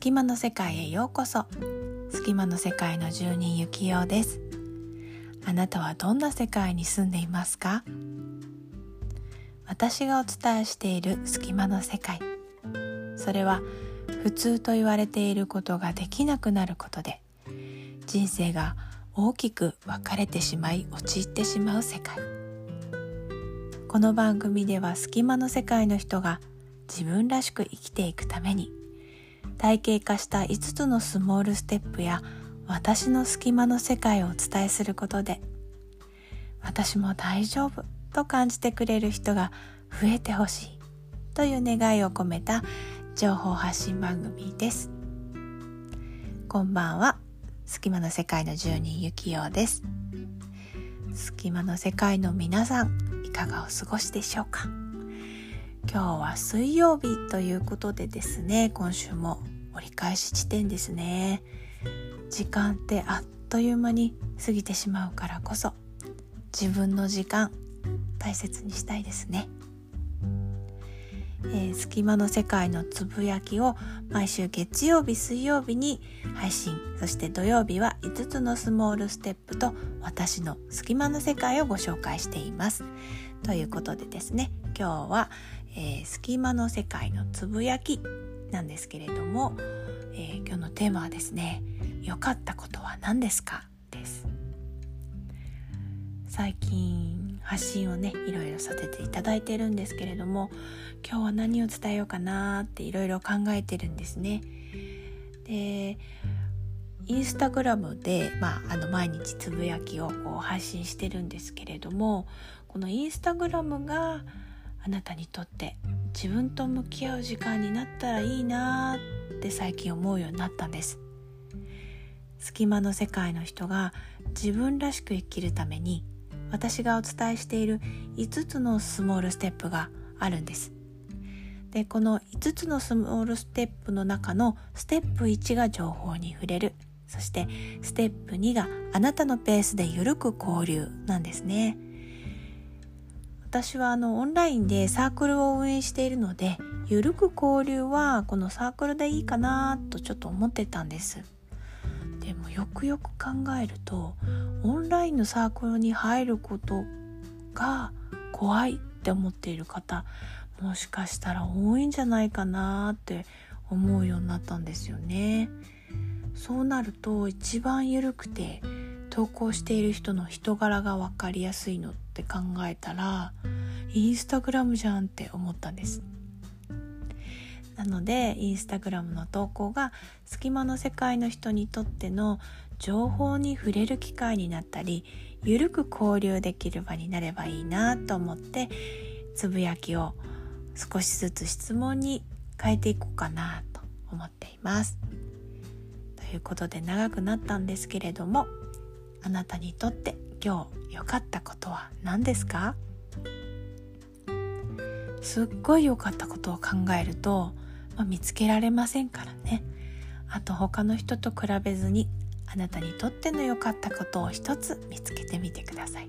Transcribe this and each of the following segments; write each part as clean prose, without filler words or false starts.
隙間の世界へようこそ。隙間の世界の住人ゆきようです。あなたはどんな世界に住んでいますか？私がお伝えしている隙間の世界、それは普通と言われていることができなくなることで、人生が大きく分かれてしまい陥ってしまう世界。この番組では隙間の世界の人が自分らしく生きていくために、体系化した5つのスモールステップや私の隙間の世界をお伝えすることで、私も大丈夫と感じてくれる人が増えてほしいという願いを込めた情報発信番組です。こんばんは、隙間の世界の住人ゆきようです。隙間の世界の皆さん、いかがお過ごしでしょうか？今日は水曜日ということでですね、今週も折り返し地点ですね。時間ってあっという間に過ぎてしまうからこそ、自分の時間大切にしたいですね。隙間の世界のつぶやきを毎週月曜日水曜日に配信、そして土曜日は5つのスモールステップと私の隙間の世界をご紹介しています。ということでですね、今日は、隙間の世界のつぶやきなんですけれども、今日のテーマはですね、良かったことは何ですかです。最近発信をね、いろいろさせていただいてるんですけれども、今日は何を伝えようかなっていろいろ考えてるんですね。で、インスタグラムで、毎日つぶやきを配信してるんですけれども、このインスタグラムがあなたにとって自分と向き合う時間になったらいいなって最近思うようになったんです。隙間の世界の人が自分らしく生きるために、私がお伝えしている5つのスモールステップがあるんです。で、この5つのスモールステップの中のステップ1が情報に触れる。そしてステップ2があなたのペースでゆるく交流なんですね。私はオンラインでサークルを運営しているので、ゆるく交流はこのサークルでいいかなとちょっと思ってたんです。でもよくよく考えると、オンラインのサークルに入ることが怖いって思っている方、もしかしたら多いんじゃないかなって思うようになったんですよね。そうなると一番ゆるくて投稿している人の人柄が分かりやすいのって考えたら、インスタグラムじゃんって思ったんです。なのでインスタグラムの投稿が隙間の世界の人にとっての情報に触れる機会になったり、ゆるく交流できる場になればいいなと思って、つぶやきを少しずつ質問に変えていこうかなと思っています。ということで長くなったんですけれども、あなたにとって今日良かったことは何ですか？すっごい良かったことを考えると、見つけられませんからね。あと他の人と比べずに、あなたにとっての良かったことを一つ見つけてみてください。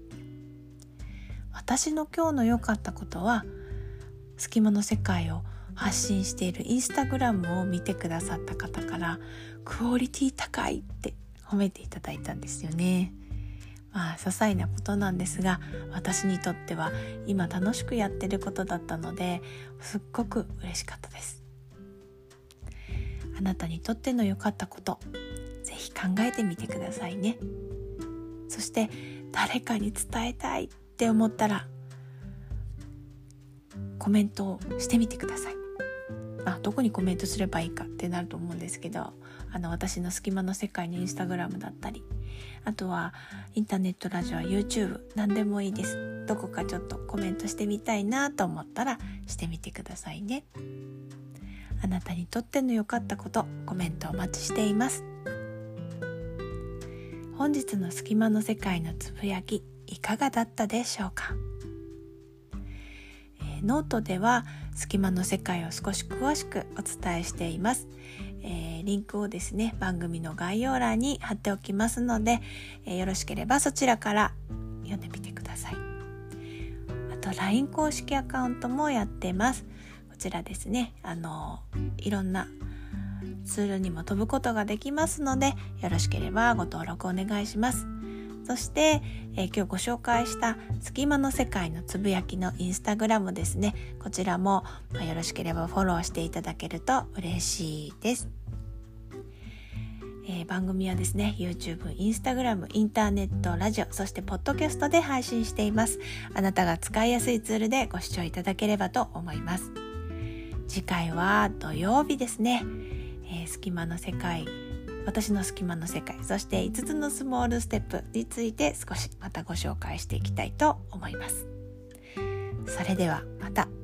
私の今日の良かったことは、隙間の世界を発信しているインスタグラムを見てくださった方からクオリティ高いって褒めていただいたんですよね。些細なことなんですが、私にとっては今楽しくやってることだったので、すっごく嬉しかったです。あなたにとっての良かったこと、ぜひ考えてみてくださいね。そして誰かに伝えたいって思ったら、コメントをしてみてください。どこにコメントすればいいかってなると思うんですけど、私の隙間の世界のインスタグラムだったり、あとはインターネットラジオ、YouTube、何でもいいです。どこかちょっとコメントしてみたいなと思ったらしてみてくださいね。あなたにとっての良かったこと、コメントお待ちしています。本日の隙間の世界のつぶやき、いかがだったでしょうか？ノートでは隙間の世界を少し詳しくお伝えしています。リンクをですね、番組の概要欄に貼っておきますので、よろしければそちらから読んでみてください。あと LINE 公式アカウントもやってます。こちらですね、いろんなツールにも飛ぶことができますので、よろしければご登録お願いします。そして、今日ご紹介した隙間の世界のつぶやきのインスタグラムですね、こちらも、よろしければフォローしていただけると嬉しいです。番組はですね YouTube、Instagram、インターネット、ラジオ、そしてポッドキャストで配信しています。あなたが使いやすいツールでご視聴いただければと思います。次回は土曜日ですね、隙間の世界、私の隙間の世界、そして5つのスモールステップについて少しまたご紹介していきたいと思います。それではまた。